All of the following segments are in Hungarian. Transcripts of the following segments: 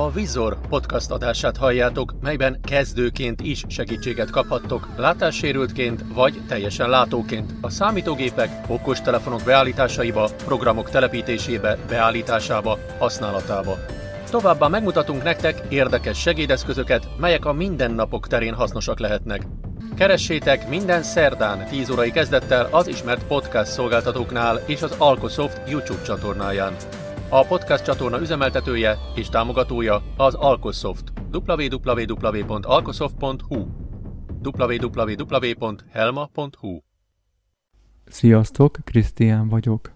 A Vizor podcast adását halljátok, melyben kezdőként is segítséget kaphattok, látássérültként vagy teljesen látóként a számítógépek, okostelefonok beállításaiba, programok telepítésébe, beállításába, használatába. Továbbá megmutatunk nektek érdekes segédeszközöket, melyek a mindennapok terén hasznosak lehetnek. Keressétek minden szerdán 10 órai kezdettel az ismert podcast szolgáltatóknál és az Alkosoft YouTube csatornáján. A podcast csatorna üzemeltetője és támogatója az Alkosoft. www.alkosoft.hu www.helma.hu. Sziasztok, Krisztián vagyok.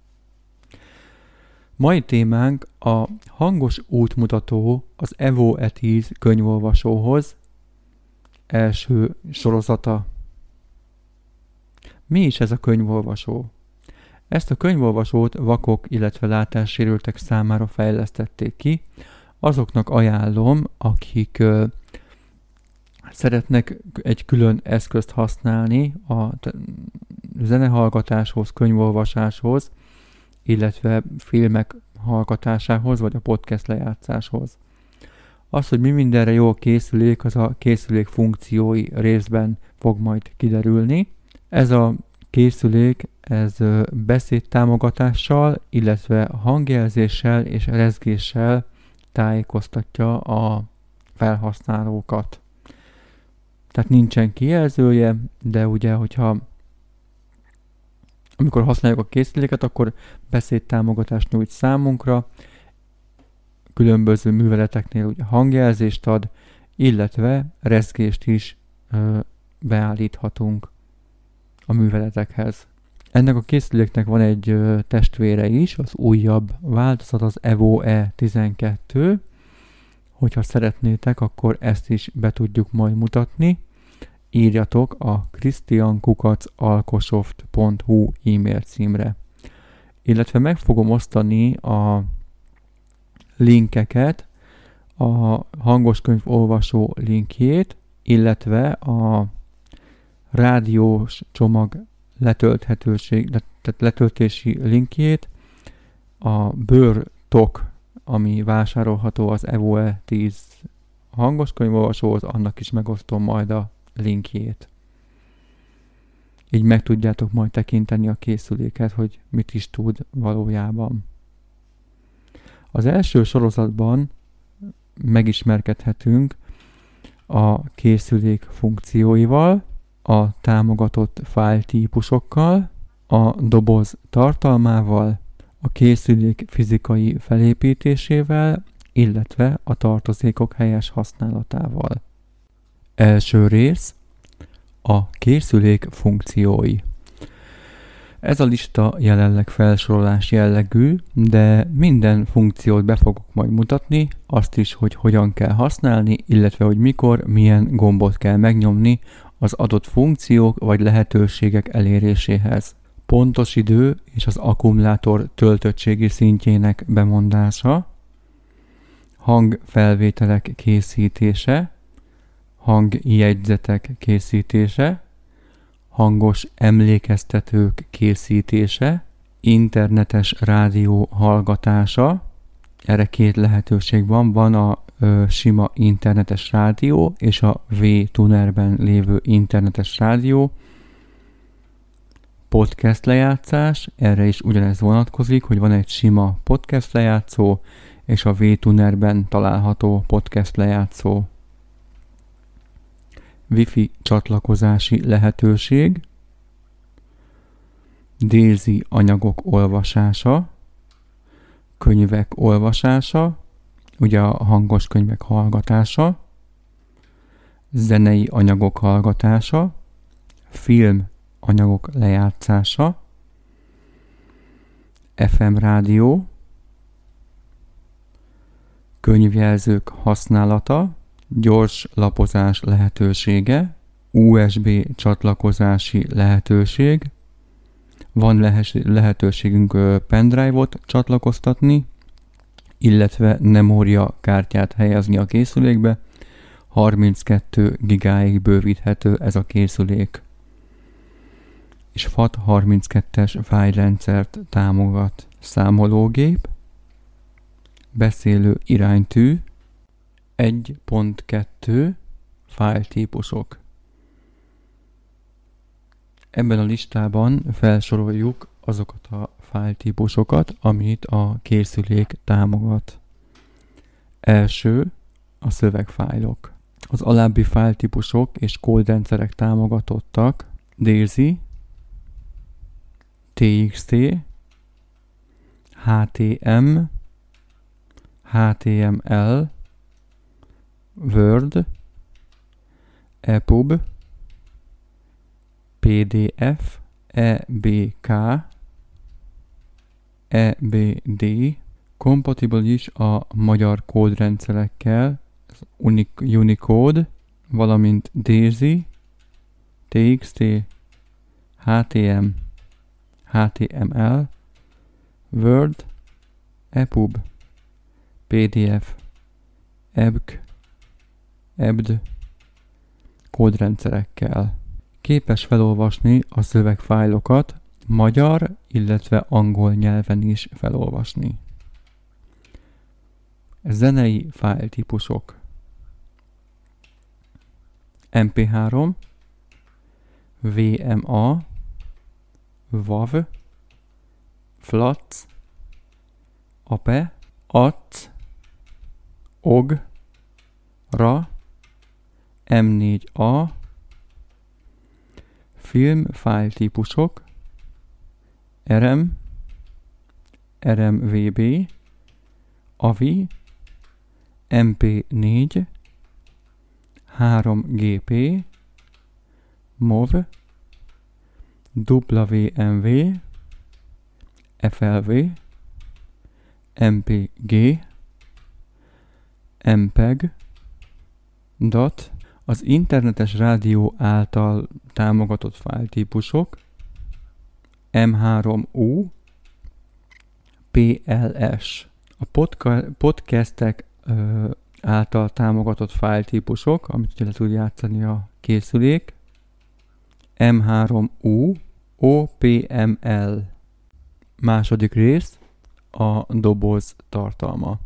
Mai témánk a hangos útmutató az Evo E10 könyvolvasóhoz első sorozata. Mi is ez a könyvolvasó? Ezt a könyvolvasót vakok, illetve látássérültek számára fejlesztették ki. Azoknak ajánlom, akik szeretnek egy külön eszközt használni a zenehallgatáshoz, könyvolvasáshoz, illetve filmek hallgatásához, vagy a podcast lejátszáshoz. Az, hogy mi mindenre jó a készülék, az a készülék funkciói részben fog majd kiderülni. Ez a készülék, ez beszédtámogatással, illetve hangjelzéssel és rezgéssel tájékoztatja a felhasználókat. Tehát nincsen kijelzője, de ugye, amikor használjuk a készüléket, akkor beszédtámogatást nyújt számunkra, különböző műveleteknél ugye hangjelzést ad, illetve rezgést is beállíthatunk a műveletekhez. Ennek a készüléknek van egy testvére is, az újabb változat, az Evo E12. Hogyha szeretnétek, akkor ezt is be tudjuk majd mutatni. Írjatok a krisztian@alkosoft.hu e-mail címre. Illetve meg fogom osztani a linkeket, a hangoskönyv olvasó linkjét, illetve a rádiós csomag letöltési linkjét, a bőrtok, ami vásárolható az Evo E10 hangoskönyvolvasóhoz, annak is megosztom majd a linkjét. Így meg tudjátok majd tekinteni a készüléket, hogy mit is tud valójában. Az első sorozatban megismerkedhetünk a készülék funkcióival, a támogatott fájltípusokkal, a doboz tartalmával, a készülék fizikai felépítésével, illetve a tartozékok helyes használatával. Első rész: a készülék funkciói. Ez a lista jelenleg felsorolás jellegű, de minden funkciót be fogok majd mutatni, azt is, hogy hogyan kell használni, illetve hogy mikor, milyen gombot kell megnyomni az adott funkciók vagy lehetőségek eléréséhez. Pontos idő és az akkumulátor töltöttségi szintjének bemondása, hangfelvételek készítése, hangjegyzetek készítése, hangos emlékeztetők készítése, internetes rádió hallgatása. Erre két lehetőség van. Van a sima internetes rádió és a V-tunerben lévő internetes rádió. Podcast lejátszás, erre is ugyanez vonatkozik, hogy van egy sima podcast lejátszó és a V-tunerben található podcast lejátszó. Wi-Fi csatlakozási lehetőség, DAISY anyagok olvasása, könyvek olvasása, ugye a hangos könyvek hallgatása, zenei anyagok hallgatása, film anyagok lejátszása, FM rádió, könyvjelzők használata, gyors lapozás lehetősége, USB csatlakozási lehetőség, van lehetőségünk pendrive-ot csatlakoztatni, illetve memória kártyát helyezni a készülékbe, 32 gigáig bővíthető ez a készülék. És FAT32-es fájlrendszert támogat. Számológép, beszélő iránytű, 1.2 fájltípusok. Ebben a listában felsoroljuk azokat a fájltípusokat, amit a készülék támogat. Első a szövegfájlok. Az alábbi fájltípusok és kódrendszerek támogatottak: DAISY, TXT, HTM, HTML, Word, EPUB, PDF, EBK, EBD, kompatibilis a magyar kódrendszerekkel, Unicode, valamint DAISY, TXT, HTM, HTML, Word, EPUB, PDF, EBK, EBD kódrendszerekkel. Képes felolvasni a szövegfájlokat magyar, illetve angol nyelven is felolvasni. Zenei fájltípusok. MP3, VMA, WAV, FLAC, APE, ACC, OGG, RA, M4A, film fájltípusok, RM, RMVB, AVI, MP4, 3GP, MOV, WMV, FLV, MPG, MPEG, DAT, az internetes rádió által támogatott fájltípusok, M3U, PLS. A podcastek által támogatott fájltípusok, amit le tud játszani a készülék, M3U, OPML. Második rész, a doboz tartalma.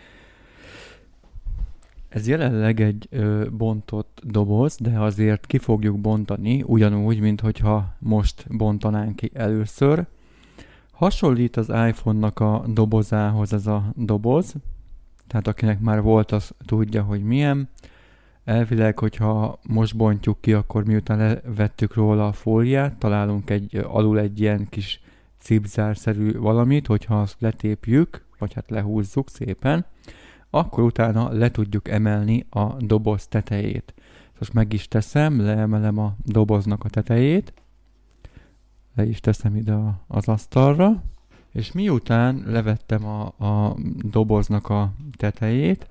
Ez jelenleg egy bontott doboz, de azért ki fogjuk bontani, ugyanúgy, mint hogyha most bontanánk ki először. Hasonlít az iPhone-nak a dobozához ez a doboz, tehát akinek már volt, az tudja, hogy milyen. Elvileg, hogyha most bontjuk ki, akkor miután levettük róla a fóliát, találunk alul egy ilyen kis cipzárszerű valamit, hogyha azt letépjük, vagy hát lehúzzuk szépen, akkor utána le tudjuk emelni a doboz tetejét. Most meg is teszem, leemelem a doboznak a tetejét, le is teszem ide az asztalra, és miután levettem a doboznak a tetejét,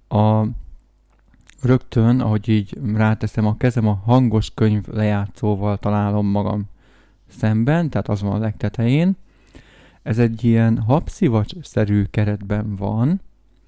rögtön, ahogy így ráteszem a kezem, a hangos könyv lejátszóval találom magam szemben, tehát az van a legtetején. Ez egy ilyen habszivacs-szerű keretben van.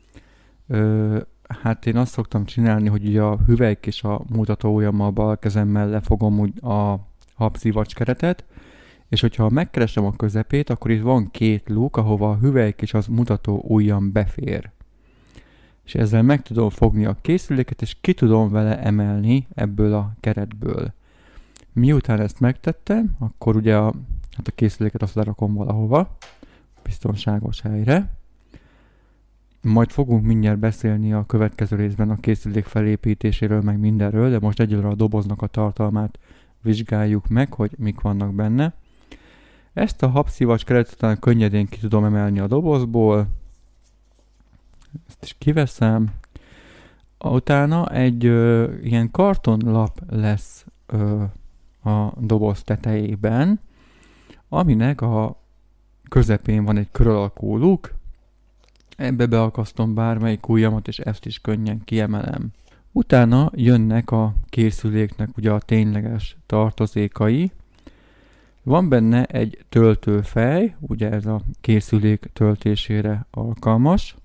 Hát én azt szoktam csinálni, hogy ugye a hüvelyk és a mutató ujjammal bal kezemmel lefogom úgy a habszivacs keretet, és hogyha megkeresem a közepét, akkor itt van két luk, ahova a hüvelyk és az mutató ujjam befér. És ezzel meg tudom fogni a készüléket, és ki tudom vele emelni ebből a keretből. Miután ezt megtettem, akkor ugye a készüléket azt lerakom valahova, biztonságos helyre. Majd fogunk mindjárt beszélni a következő részben a készülék felépítéséről, meg mindenről, de most egyelőre a doboznak a tartalmát vizsgáljuk meg, hogy mik vannak benne. Ezt a habszivacs keretet könnyedén ki tudom emelni a dobozból. Ezt is kiveszem. Utána egy ilyen kartonlap lesz a doboz tetejében, aminek a közepén van egy kör alakú luk. Ebbe beakasztom bármelyik ujjamat, és ezt is könnyen kiemelem. Utána jönnek a készüléknek ugye a tényleges tartozékai. Van benne egy töltőfej, ugye ez a készülék töltésére alkalmas.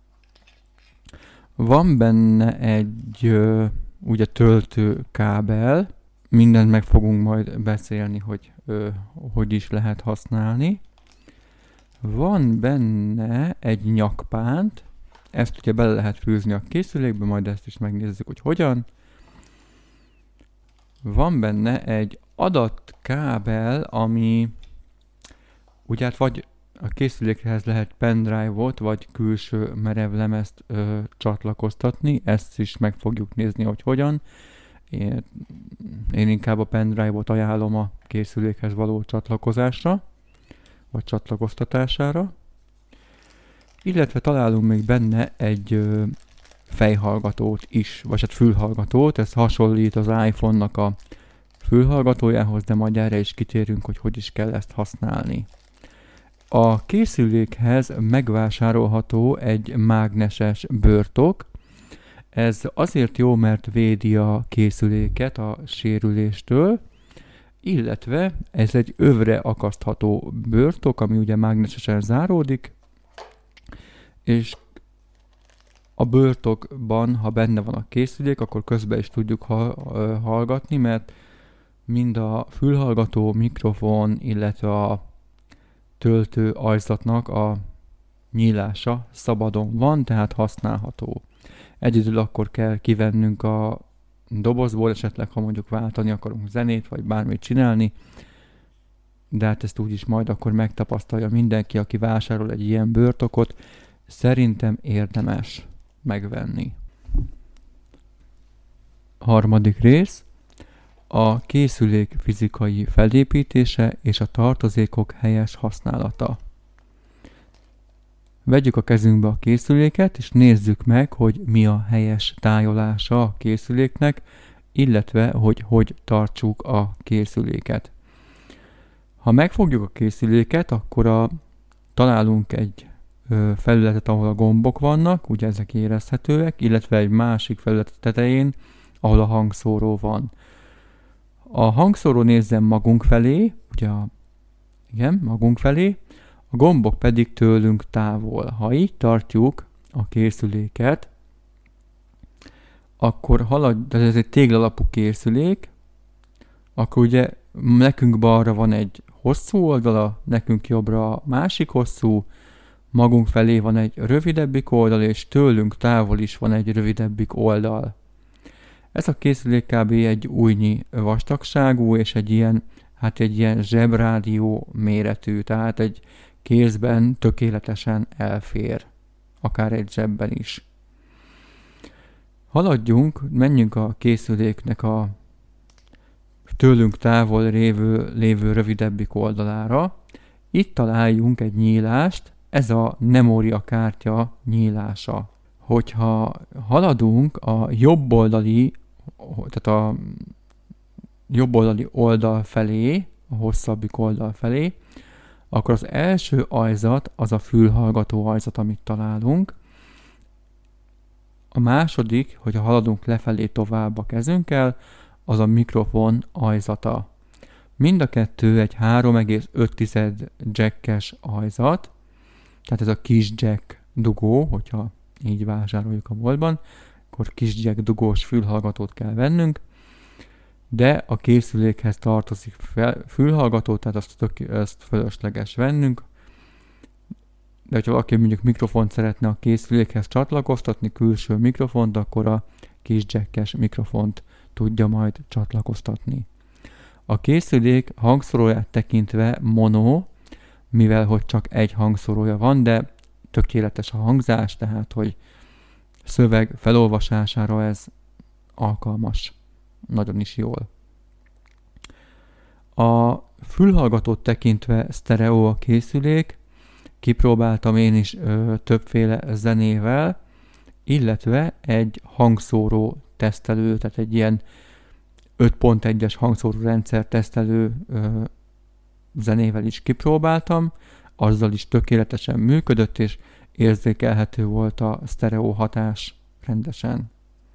Van benne egy ugye töltőkábel, mindent meg fogunk majd beszélni, hogy is lehet használni. Van benne egy nyakpánt, Ezt ugye bele lehet fűzni a készülékbe, majd ezt is megnézzük, hogy hogyan. Van benne egy adatkábel, ami ugye hát vagy a készülékhez lehet pendrive-ot, vagy külső merevlemezt csatlakoztatni. Ezt is meg fogjuk nézni, hogy hogyan. Én inkább a pendrive-ot ajánlom a készülékhez való csatlakozásra, vagy csatlakoztatására. Illetve találunk még benne egy fejhallgatót is, vagy hát fülhallgatót. Ez hasonlít az iPhone-nak a fülhallgatójához, de majd erre is kitérünk, hogy is kell ezt használni. A készülékhez megvásárolható egy mágneses bőrtok. Ez azért jó, mert védi a készüléket a sérüléstől, illetve ez egy övre akasztható bőrtok, ami ugye mágnesesen záródik, és a bőrtokban, ha benne van a készülék, akkor közben is tudjuk hallgatni, mert mind a fülhallgató, mikrofon, illetve a töltő ajzatnak a nyílása szabadon van, tehát használható. Egyedül akkor kell kivennünk a dobozból, esetleg ha mondjuk váltani akarunk zenét, vagy bármit csinálni, de hát ezt úgyis majd akkor megtapasztalja mindenki, aki vásárol egy ilyen bőrtokot. Szerintem érdemes megvenni. Harmadik rész. A készülék fizikai felépítése és a tartozékok helyes használata. Vegyük a kezünkbe a készüléket, és nézzük meg, hogy mi a helyes tájolása a készüléknek, illetve hogy tartsuk a készüléket. Ha megfogjuk a készüléket, akkor találunk egy felületet, ahol a gombok vannak, ugye ezek érezhetőek, illetve egy másik felület tetején, ahol a hangszóró van. A hangszóró nézzen magunk felé, ugye magunk felé, a gombok pedig tőlünk távol. Ha így tartjuk a készüléket, akkor tehát ez egy téglalapú készülék, akkor ugye nekünk balra van egy hosszú oldala, nekünk jobbra a másik hosszú, magunk felé van egy rövidebbik oldal, és tőlünk távol is van egy rövidebbik oldal. Ez a készülék kb. Egy újnyi vastagságú, és egy ilyen zsebrádió méretű, tehát egy kézben tökéletesen elfér, akár egy zsebben is. Menjünk a készüléknek a tőlünk távol lévő rövidebbik oldalára. Itt találjunk egy nyílást, ez a memóriakártya nyílása. Hogyha haladunk a jobb oldali oldal felé, a hosszabbik oldal felé, akkor az első ajzat az a fülhallgató ajzat, amit találunk. A második, hogyha haladunk lefelé tovább a kezünkkel, az a mikrofon ajzata. Mind a kettő egy 3,5 jackes ajzat, tehát ez a kis jack dugó, hogyha így vásároljuk a boltban, akkor kis jack dugós fülhallgatót kell vennünk, de a készülékhez tartozik fülhallgató, tehát ezt fölösleges vennünk. De hogyha valaki mondjuk mikrofont szeretne a készülékhez csatlakoztatni, külső mikrofont, akkor a kis jackes mikrofont tudja majd csatlakoztatni. A készülék hangszoróját tekintve mono, mivel hogy csak egy hangszorója van, de tökéletes a hangzás, tehát hogy szöveg felolvasására ez alkalmas. Nagyon is jól. A fülhallgatót tekintve sztereó a készülék, kipróbáltam én is többféle zenével, illetve egy hangszóró tesztelő, tehát egy ilyen 5.1-es hangszóró rendszer tesztelő zenével is kipróbáltam, azzal is tökéletesen működött, és érzékelhető volt a sztereó hatás rendesen.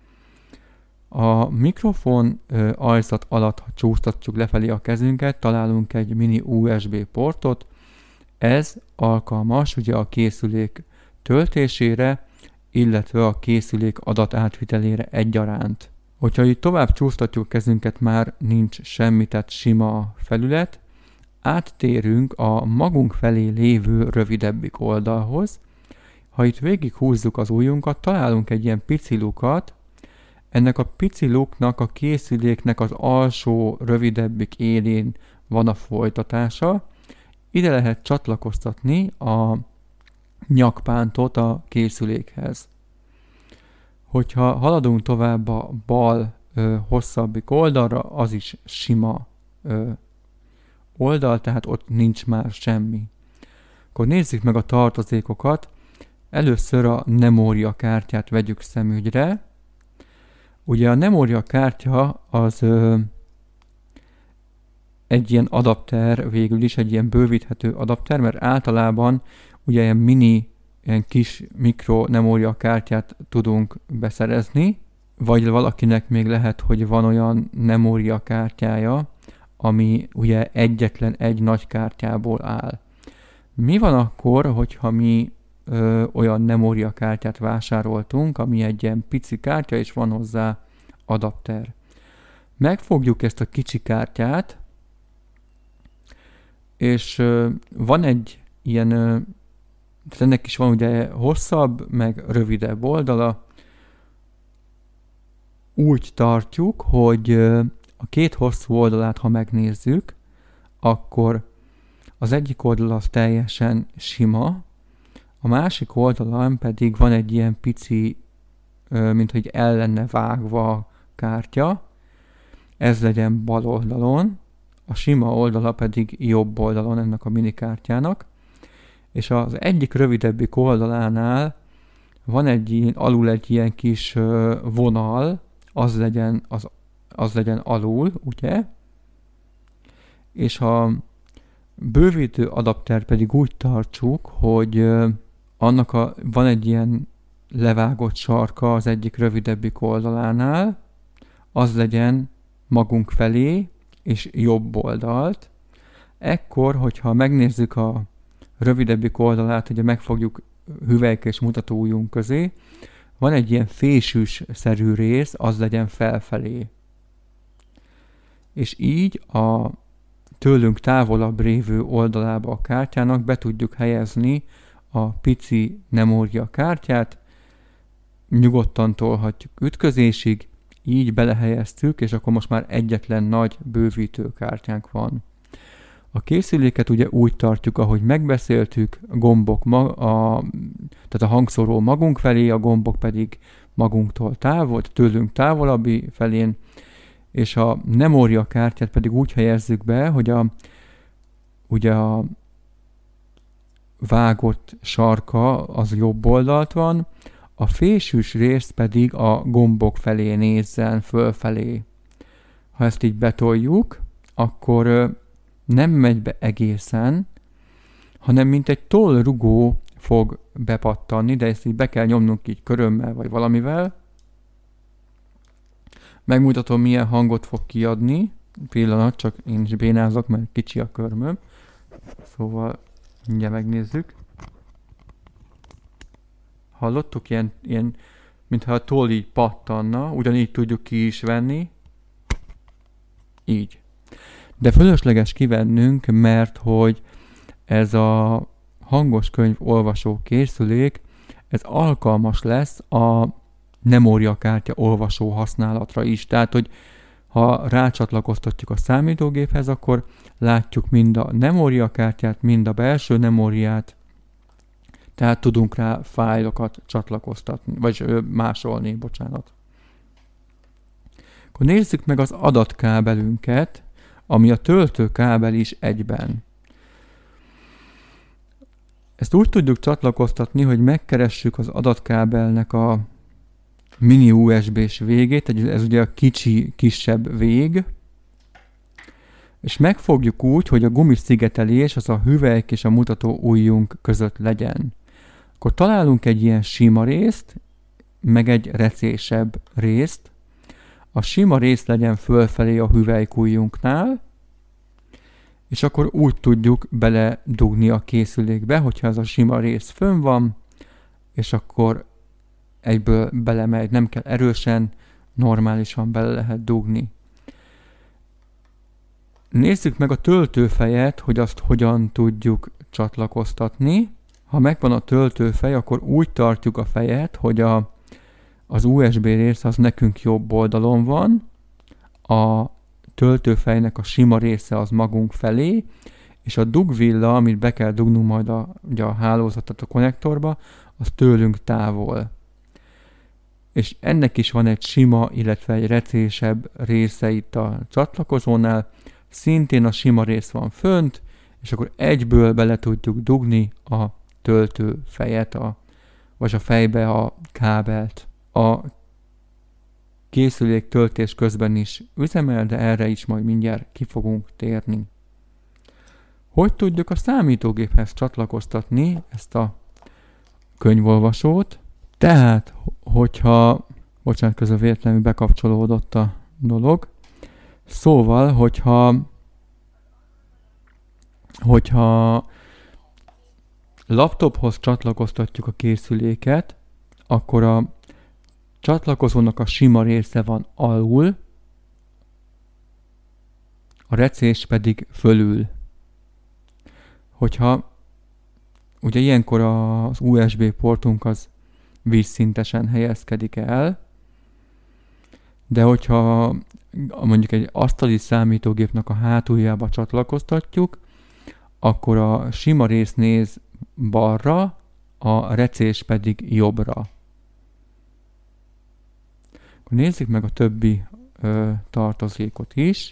A mikrofon ajzat alatt, ha csúsztatjuk lefelé a kezünket, találunk egy mini USB portot. Ez alkalmas ugye a készülék töltésére, illetve a készülék adatátvitelére egyaránt. Hogyha itt tovább csúsztatjuk a kezünket, már nincs semmi, tehát sima a felület. Áttérünk a magunk felé lévő rövidebbik oldalhoz. Ha itt végig húzzuk az ujjunkat, találunk egy ilyen pici lukat. Ennek a pici luknak, a készüléknek az alsó, rövidebbik élén van a folytatása. Ide lehet csatlakoztatni a nyakpántot a készülékhez. Hogyha haladunk tovább a bal hosszabbik oldalra, az is sima oldal, tehát ott nincs már semmi. Akkor nézzük meg a tartozékokat. Először a memória kártyát vegyük szemügyre. Ugye a memória kártya az egy ilyen adapter, végül is egy ilyen bővíthető adapter, mert általában ugye ilyen kis mikro memória kártyát tudunk beszerezni, vagy valakinek még lehet, hogy van olyan memória kártyája, ami ugye egyetlen egy nagy kártyából áll. Mi van akkor, hogyha mi olyan memória kártyát vásároltunk, ami egy ilyen pici kártya, és van hozzá adapter. Megfogjuk ezt a kicsi kártyát, és van egy ilyen, ennek is van ugye hosszabb, meg rövidebb oldala. Úgy tartjuk, hogy a két hosszú oldalát, ha megnézzük, akkor az egyik oldal az teljesen sima, a másik oldalon pedig van egy ilyen pici, mint hogy el lenne vágva a kártya. Ez legyen bal oldalon, a sima oldala pedig jobb oldalon ennek a minikártyának. És az egyik rövidebbik oldalánál van alul egy ilyen kis vonal, az legyen alul, ugye? És a bővítő adapter pedig úgy tartsuk, hogy van egy ilyen levágott sarka az egyik rövidebbik oldalánál, az legyen magunk felé, és jobb oldalt. Ekkor, hogyha megnézzük a rövidebbik oldalát, ugye megfogjuk hüvelyk és mutatóujjunk közé, van egy ilyen fésűs-szerű rész, az legyen felfelé. És így a tőlünk távolabb lévő oldalába a kártyának be tudjuk helyezni a pici memória kártyát, nyugodtan tolhatjuk ütközésig, így belehelyeztük, és akkor most már egyetlen nagy bővítőkártyánk van. A készüléket ugye úgy tartjuk, ahogy megbeszéltük, a gombok tehát a hangszóró magunk felé, a gombok pedig magunktól tőlünk távolabbi felén, és a memória kártyát pedig úgy helyezzük be, hogy ugye a vágott sarka az jobb oldalt van, a fésűs rész pedig a gombok felé nézzen, fölfelé. Ha ezt így betoljuk, akkor nem megy be egészen, hanem mint egy tollrugó fog bepattanni, de ezt így be kell nyomnunk így körömmel vagy valamivel. Megmutatom, milyen hangot fog kiadni. Pillanat, csak én is bénázok, mert kicsi a körmöm. Szóval mindjárt megnézzük. Hallottuk? Ilyen mintha a toll így pattanna, ugyanígy tudjuk ki is venni. Így. De fölösleges kivennünk, mert hogy ez a hangos könyv olvasó készülék, ez alkalmas lesz a memóriakártya olvasó használatra is. Tehát, hogy ha rácsatlakoztatjuk a számítógéphez, akkor látjuk mind a memóriakártyát, mind a belső memóriát, tehát tudunk rá fájlokat csatlakoztatni, vagy másolni, bocsánat. Akkor nézzük meg az adatkábelünket, ami a töltőkábel is egyben. Ezt úgy tudjuk csatlakoztatni, hogy megkeressük az adatkábelnek a mini USB-s végét, ez ugye a kisebb vég, és megfogjuk úgy, hogy a gumiszigetelés az a hüvelyk és a mutató ujjunk között legyen. Akkor találunk egy ilyen sima részt, meg egy recésebb részt. A sima rész legyen fölfelé a hüvelykujjunknál, és akkor úgy tudjuk beledugni a készülékbe, hogyha ez a sima rész fönn van, és akkor egyből belemegy, nem kell erősen, normálisan bele lehet dugni. Nézzük meg a töltőfejet, hogy azt hogyan tudjuk csatlakoztatni. Ha megvan a töltőfej, akkor úgy tartjuk a fejet, hogy az USB része az nekünk jobb oldalon van, a töltőfejnek a sima része az magunk felé, és a dugvilla, amit be kell dugnunk majd ugye a hálózatot a konnektorba, az tőlünk távol. És ennek is van egy sima, illetve egy recésebb része itt a csatlakozónál, szintén a sima rész van fönt, és akkor egyből bele tudjuk dugni a töltőfejet, vagy a fejbe a kábelt. A készülék töltés közben is üzemel, de erre is majd mindjárt ki fogunk térni. Hogy tudjuk a számítógéphez csatlakoztatni ezt a könyvolvasót? Tehát, hogyha, bocsánat, közben véletlenül bekapcsolódott a dolog. Szóval, hogyha laptophoz csatlakoztatjuk a készüléket, akkor a csatlakozónak a sima része van alul, a recés pedig fölül. Hogyha ugye ilyenkor az USB portunk az vízszintesen helyezkedik el, de hogyha mondjuk egy asztali számítógépnek a hátuljába csatlakoztatjuk, akkor a sima rész néz balra, a recés pedig jobbra. Akkor nézzük meg a többi tartozékot is.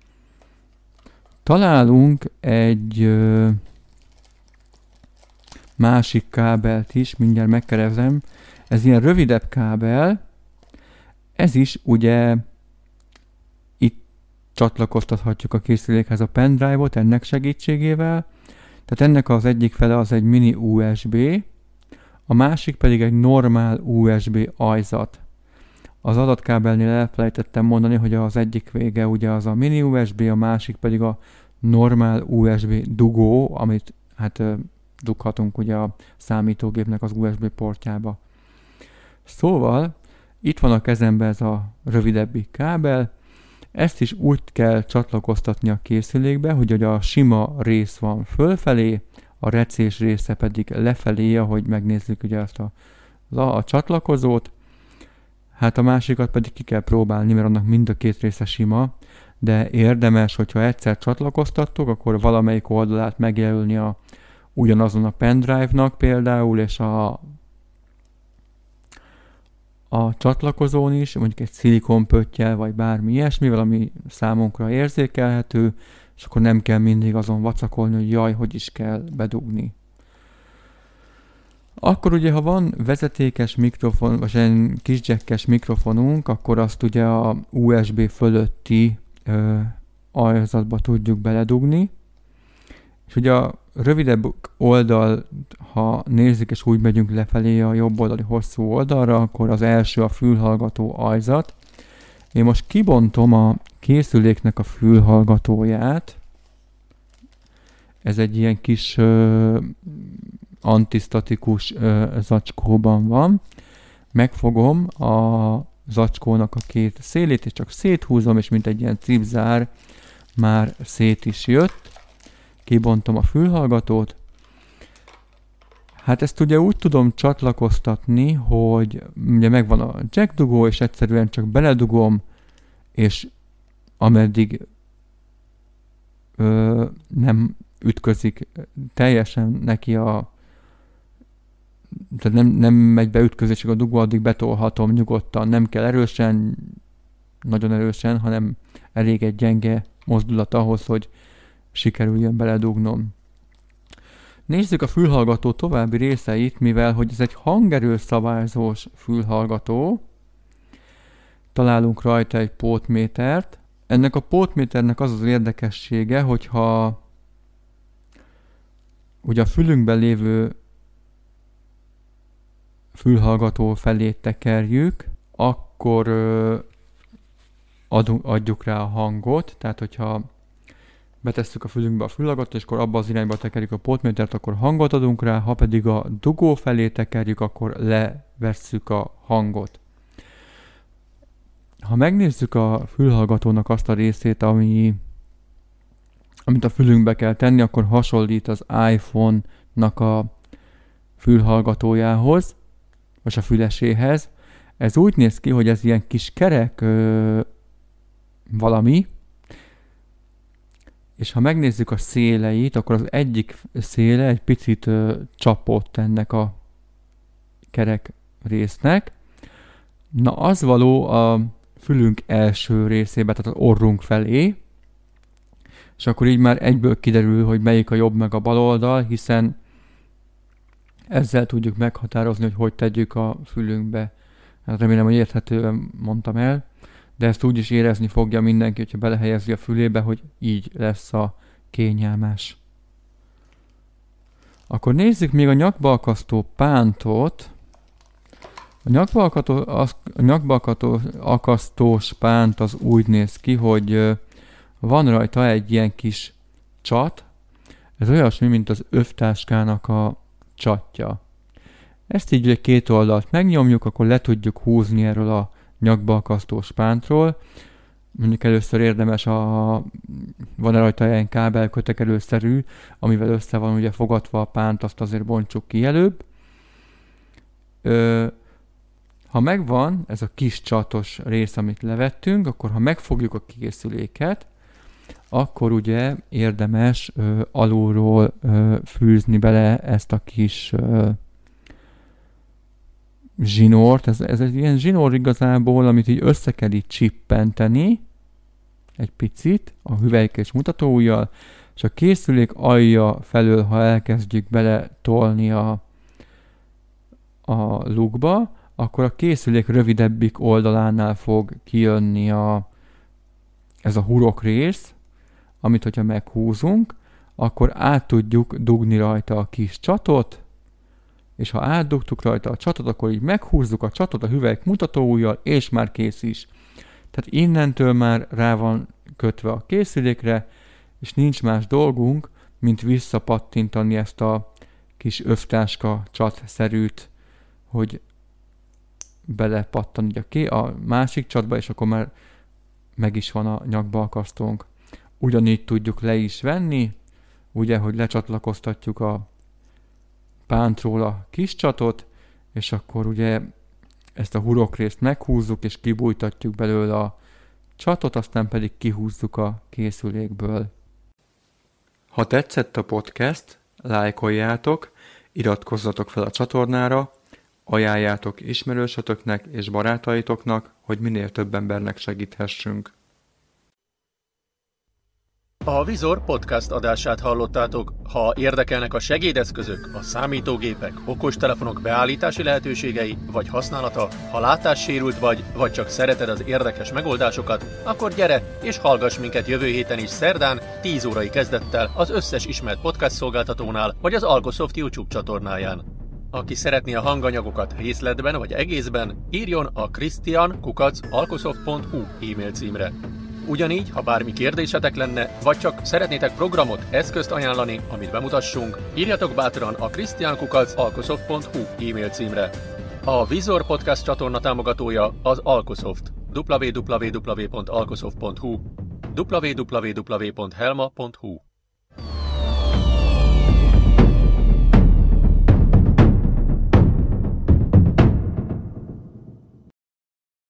Találunk egy másik kábelt is, mindjárt megkeresem. Ez ilyen rövidebb kábel, ez is ugye itt csatlakoztathatjuk a készülékhez a pendrive-ot ennek segítségével. Tehát ennek az egyik fele az egy mini USB, a másik pedig egy normál USB ajzat. Az adatkábelnél elfelejtettem mondani, hogy az egyik vége ugye az a mini USB, a másik pedig a normál USB dugó, amit hát dughatunk ugye a számítógépnek az USB portjába. Szóval itt van a kezemben ez a rövidebbi kábel, ezt is úgy kell csatlakoztatni a készülékbe, hogy a sima rész van fölfelé, a recés része pedig lefelé, ahogy megnézzük ugye ezt a csatlakozót. Hát a másikat pedig ki kell próbálni, mert annak mind a két része sima, de érdemes, hogyha egyszer csatlakoztattuk, akkor valamelyik oldalát megjelölni ugyanazon a pendrive-nak például, és a csatlakozón is, mondjuk egy szilikonpöttyel, vagy bármi ilyesmivel, ami számunkra érzékelhető, és akkor nem kell mindig azon vacakolni, hogy jaj, hogy is kell bedugni. Akkor ugye, ha van vezetékes mikrofon, vagy egy kis jackes mikrofonunk, akkor azt ugye a USB fölötti ajzatba tudjuk beledugni. És ugye a rövidebb oldal, ha nézzük és úgy megyünk lefelé a jobb oldali hosszú oldalra, akkor az első a fülhallgató ajzat. Én most kibontom a készüléknek a fülhallgatóját. Ez egy ilyen kis antisztatikus zacskóban van. Megfogom a zacskónak a két szélét, és csak széthúzom, és mint egy ilyen cipzár már szét is jött. Kibontom a fülhallgatót. Hát ezt ugye úgy tudom csatlakoztatni, hogy ugye megvan a jack dugó, és egyszerűen csak beledugom, és ameddig nem ütközik teljesen neki tehát nem megy be ütközésig a dugó, addig betolhatom nyugodtan. Nem kell erősen, nagyon erősen, hanem elég egy gyenge mozdulat ahhoz, hogy sikerüljön beledugnom. Nézzük a fülhallgató további részeit, mivel hogy ez egy hangerőszabályzós fülhallgató. Találunk rajta egy pótmétert. Ennek a pótméternek az az érdekessége, hogyha ugye a fülünkben lévő fülhallgató felé tekerjük, akkor adjuk rá a hangot, tehát hogyha betesszük a fülünkbe a fülhallgatót, és akkor abba az irányba tekerjük a pótmétert, akkor hangot adunk rá, ha pedig a dugó felé tekerjük, akkor levesszük a hangot. Ha megnézzük a fülhallgatónak azt a részét, amit a fülünkbe kell tenni, akkor hasonlít az iPhone-nak fülhallgatójához, vagy a füleséhez. Ez úgy néz ki, hogy ez ilyen kis kerek valami, és ha megnézzük a széleit, akkor az egyik széle egy picit csapott ennek a kerek résznek. Na, az való a fülünk első részébe, tehát az orrunk felé, és akkor így már egyből kiderül, hogy melyik a jobb meg a bal oldal, hiszen ezzel tudjuk meghatározni, hogy tegyük a fülünkbe. Hát remélem, hogy érthetően mondtam el, de ezt úgy is érezni fogja mindenki, hogyha belehelyezi a fülébe, hogy így lesz a kényelmes. Akkor nézzük még a nyakba akasztó pántot. A nyakba akasztós pánt az úgy néz ki, hogy van rajta egy ilyen kis csat. Ez olyasmi, mint az övtáskának a csatja. Ezt így ugye két oldalt megnyomjuk, akkor le tudjuk húzni erről a nyakba akasztós pántról. Mondjuk először érdemes van rajta ilyen kábelkötekelőszerű, amivel össze van ugye fogatva a pánt, azt azért bontsuk ki előbb. Ha megvan ez a kis csatos rész, amit levettünk, akkor ha megfogjuk a készüléket, akkor ugye érdemes alulról fűzni bele ezt a kis zsinort. Ez egy ilyen zsinór igazából, amit így össze kell így csippenteni egy picit a hüvelykés mutatóujjal, és a készülék alja felől, ha elkezdjük bele tolni a lukba, akkor a készülék rövidebbik oldalánál fog kijönni ez a hurok rész, amit hogyha meghúzunk, akkor át tudjuk dugni rajta a kis csatot, és ha átdugtuk rajta a csatot, akkor így meghúzzuk a csatot a hüvelyk mutatóujjal, és már kész is. Tehát innentől már rá van kötve a készülékre, és nincs más dolgunk, mint visszapattintani ezt a kis övtáska csatszerűt, hogy belepattan a másik csatba, és akkor már meg is van a nyakba akasztónk. Ugyanígy tudjuk le is venni, ugye, hogy lecsatlakoztatjuk a pántról a kis csatot, és akkor ugye ezt a hurokrészt meghúzzuk, és kibújtatjuk belőle a csatot, aztán pedig kihúzzuk a készülékből. Ha tetszett a podcast, lájkoljátok, iratkozzatok fel a csatornára, ajánljátok ismerősötöknek és barátaitoknak, hogy minél több embernek segíthessünk. A Vizor podcast adását hallottátok. Ha érdekelnek a segédeszközök, a számítógépek, okostelefonok beállítási lehetőségei vagy használata, ha látássérült vagy csak szereted az érdekes megoldásokat, akkor gyere és hallgass minket jövő héten is szerdán 10 órai kezdettel az összes ismert podcast szolgáltatónál vagy az Algosoft YouTube csatornáján. Aki szeretné a hanganyagokat részletben vagy egészben, írjon a christian@alcosoft.hu e-mail címre. Ugyanígy, ha bármi kérdésetek lenne, vagy csak szeretnétek programot, eszközt ajánlani, amit bemutassunk, írjatok bátran a christian@alcosoft.hu e-mail címre. A Vizor Podcast csatorna támogatója az Alcosoft. www.alcosoft.hu www.helma.hu